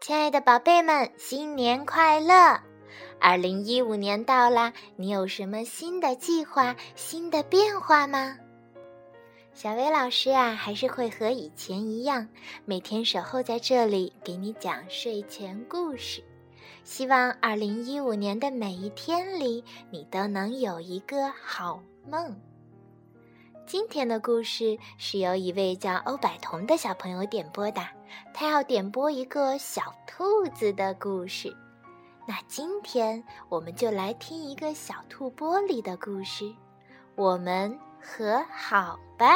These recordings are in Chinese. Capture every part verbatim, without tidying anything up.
亲爱的宝贝们，新年快乐！二零一五年到啦，你有什么新的计划、新的变化吗？小薇老师啊，还是会和以前一样，每天守候在这里给你讲睡前故事。希望二零一五年的每一天里，你都能有一个好梦。今天的故事是由一位叫欧百彤的小朋友点播的，他要点播一个小兔子的故事。那今天我们就来听一个小兔玻璃的故事，我们和好吧。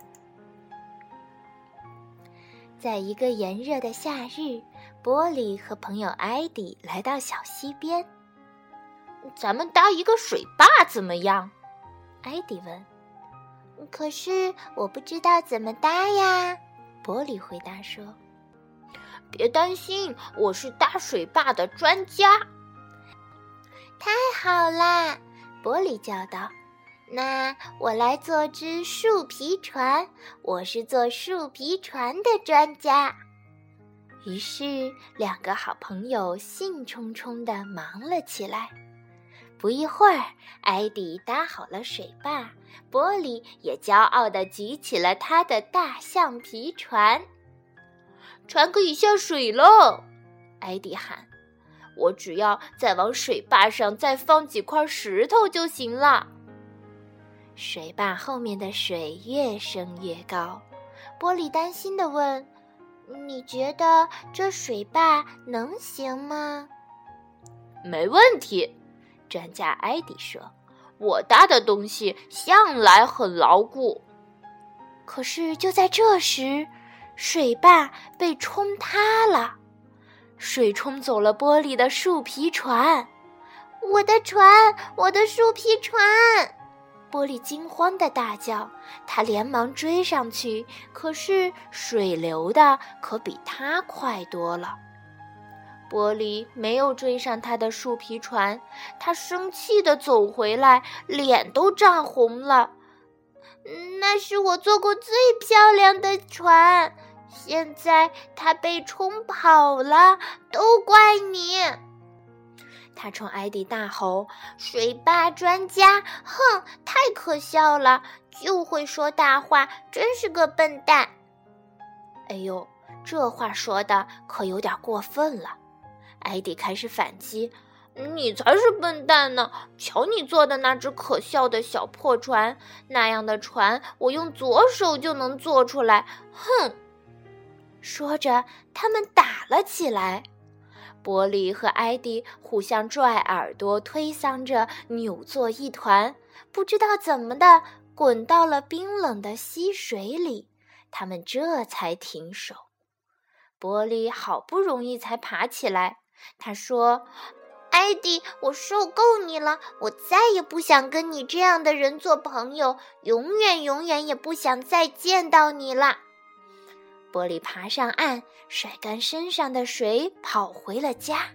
在一个炎热的夏日，玻璃和朋友艾迪来到小溪边。 咱们搭一个水坝怎么样？ 艾迪问。可是我不知道怎么搭呀，玻璃回答说。 别担心，我是搭水坝的专家。 太好啦，玻璃叫道。那我来做只树皮船，我是做树皮船的专家。于是两个好朋友兴冲冲地忙了起来。不一会儿，艾迪搭好了水坝，玻璃也骄傲地举起了他的大橡皮船。 船可以下水喽！艾迪喊。我只要再往水坝上再放几块石头就行了。 水坝后面的水越升越高，玻璃担心地问：你觉得这水坝能行吗？ 没问题，专家艾迪说，我搭的东西向来很牢固。 可是就在这时，水坝被冲塌了，水冲走了玻璃的树皮船。我的船，我的树皮船！玻璃惊慌地大叫，他连忙追上去，可是水流的可比他快多了。玻璃没有追上他的树皮船，他生气地走回来，脸都涨红了。那是我坐过最漂亮的船，现在它被冲跑了，都怪你！他冲艾迪大吼：水坝专家，哼，太可笑了，就会说大话，真是个笨蛋。哎呦，这话说的可有点过分了。艾迪开始反击： 你才是笨蛋呢！瞧你做的那只可笑的小破船，那样的船我用左手就能做出来，哼！ 说着，他们打了起来。玻璃和艾迪互相拽耳朵，推搡着，扭作一团，不知道怎么的，滚到了冰冷的溪水里。他们这才停手。玻璃好不容易才爬起来，他说：艾迪，我受够你了，我再也不想跟你这样的人做朋友，永远永远也不想再见到你了。玻璃爬上岸，甩干身上的水，跑回了家。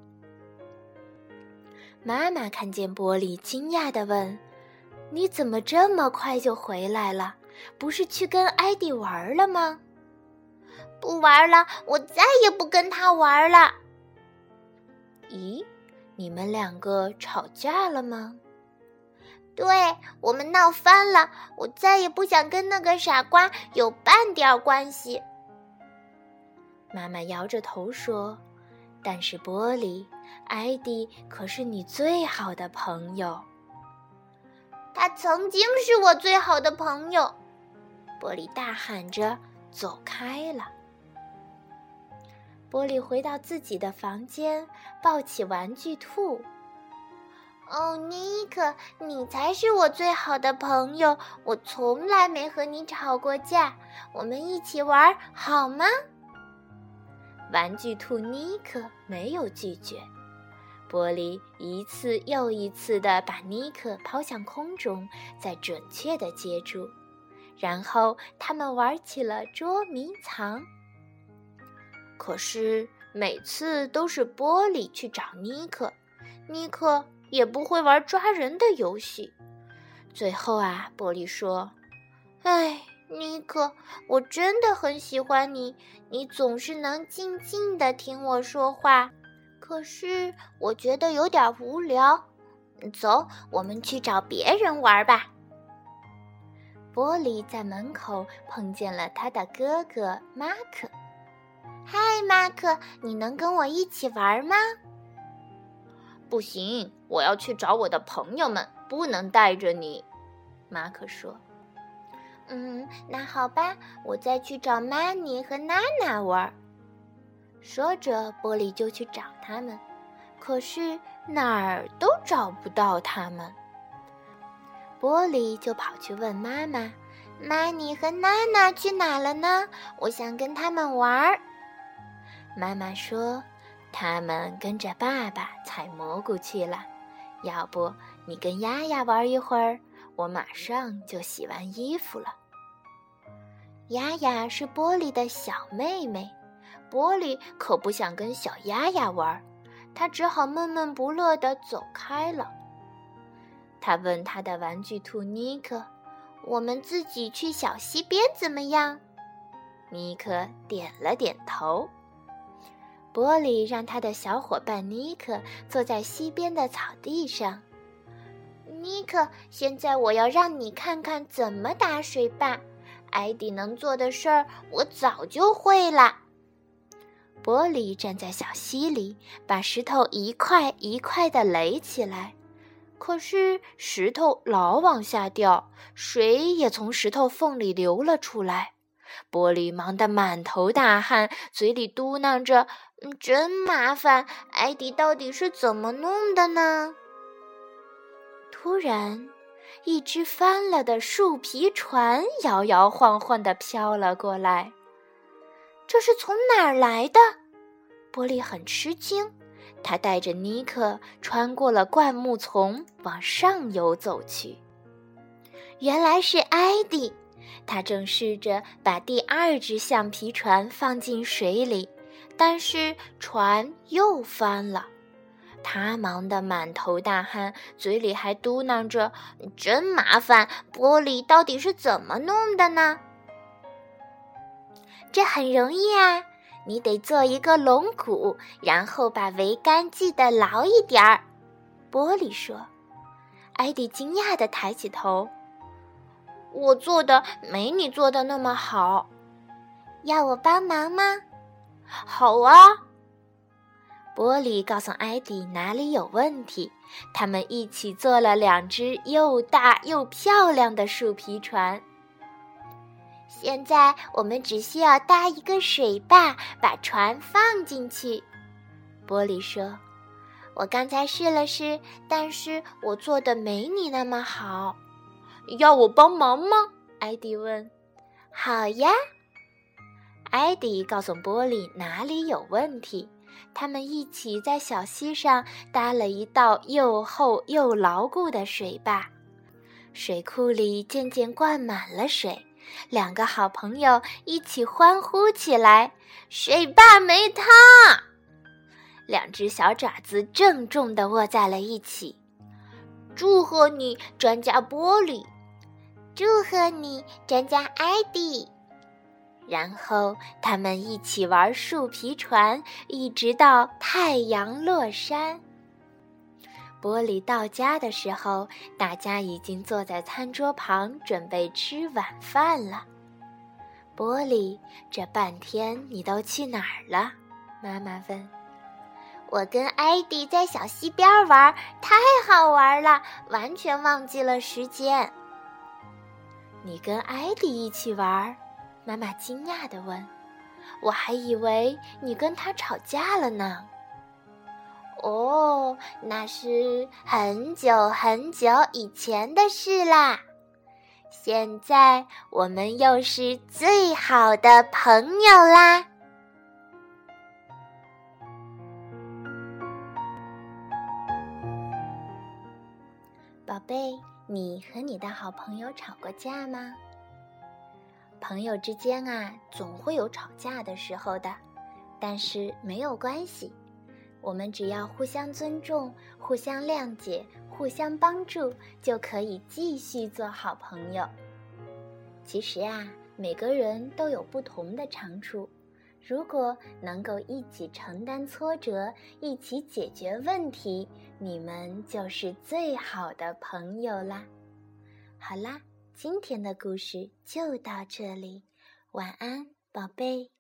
妈妈看见玻璃，惊讶地问：你怎么这么快就回来了？不是去跟艾迪玩了吗？不玩了，我再也不跟他玩了。咦，你们两个吵架了吗？对，我们闹翻了，我再也不想跟那个傻瓜有半点关系。妈妈摇着头说：但是玻璃，艾迪可是你最好的朋友。他曾经是我最好的朋友，玻璃大喊着走开了。玻璃回到自己的房间，抱起玩具兔。哦，尼克，你才是我最好的朋友，我从来没和你吵过架，我们一起玩好吗？玩具兔尼克没有拒绝，玻璃一次又一次地把尼克抛向空中，再准确地接住，然后他们玩起了捉迷藏。可是每次都是玻璃去找尼克，尼克也不会玩抓人的游戏。最后啊，玻璃说：哎， 尼克，我真的很喜欢你，你总是能静静地听我说话。可是我觉得有点无聊。走，我们去找别人玩吧。波利在门口碰见了他的哥哥马克。嗨，马克，你能跟我一起玩吗？不行，我要去找我的朋友们，不能带着你。马克说。嗯，那好吧，我再去找玛尼和娜娜玩。说着，波利就去找他们，可是哪儿都找不到他们。波利就跑去问妈妈：“玛尼和娜娜去哪了呢？我想跟他们玩。”妈妈说：“他们跟着爸爸采蘑菇去了。要不你跟丫丫玩一会儿？我马上就洗完衣服了。”丫丫是波利的小妹妹，波利可不想跟小丫丫玩，她只好闷闷不乐地走开了。他问他的玩具兔尼克：“我们自己去小溪边怎么样？”尼克点了点头。波利让他的小伙伴尼克坐在溪边的草地上。尼克，现在我要让你看看怎么打水坝。艾迪能做的事儿，我早就会了。波利站在小溪里，把石头一块一块地垒起来。可是石头老往下掉，水也从石头缝里流了出来。波利忙得满头大汗，嘴里嘟囔着：“嗯，真麻烦，艾迪到底是怎么弄的呢？”突然，一只翻了的树皮船摇摇晃晃地飘了过来。这是从哪儿来的？波利很吃惊。他带着尼克穿过了灌木丛，往上游走去。原来是艾迪，他正试着把第二只橡皮船放进水里，但是船又翻了。他忙得满头大汗，嘴里还嘟囔着：“真麻烦，波利到底是怎么弄的呢？”这很容易啊。你得做一个龙骨，然后把桅杆系得牢一点儿。”波利说。艾迪惊讶地抬起头：“我做的没你做的那么好。”“要我帮忙吗？”“好啊。”波利告诉艾迪哪里有问题，他们一起做了两只又大又漂亮的树皮船。现在我们只需要搭一个水坝，把船放进去。”波利说。“我刚才试了试，但是我做的没你那么好。”“要我帮忙吗？”艾迪问。“好呀。”艾迪告诉波利哪里有问题，他们一起在小溪上搭了一道又厚又牢固的水坝。水库里渐渐灌满了水。两个好朋友一起欢呼起来：“水坝没塌！”两只小爪子郑重地握在了一起。“祝贺你，专家波利！”“祝贺你，专家艾迪！”然后他们一起玩树皮船，一直到太阳落山。波利到家的时候，大家已经坐在餐桌旁准备吃晚饭了。“波利，这半天你都去哪儿了？”妈妈问。“我跟艾迪在小溪边玩，太好玩了，完全忘记了时间。”“你跟艾迪一起玩？”妈妈惊讶地问。“我还以为你跟他吵架了呢。”“哦，那是很久很久以前的事啦。现在我们又是最好的朋友啦。”宝贝，你和你的好朋友吵过架吗？朋友之间啊，总会有吵架的时候的，但是没有关系。我们只要互相尊重，互相谅解，互相帮助，就可以继续做好朋友。其实啊， 每个人都有不同的长处，如果能够一起承担挫折，一起解决问题，你们就是最好的朋友啦。好啦，今天的故事就到这里，晚安，宝贝。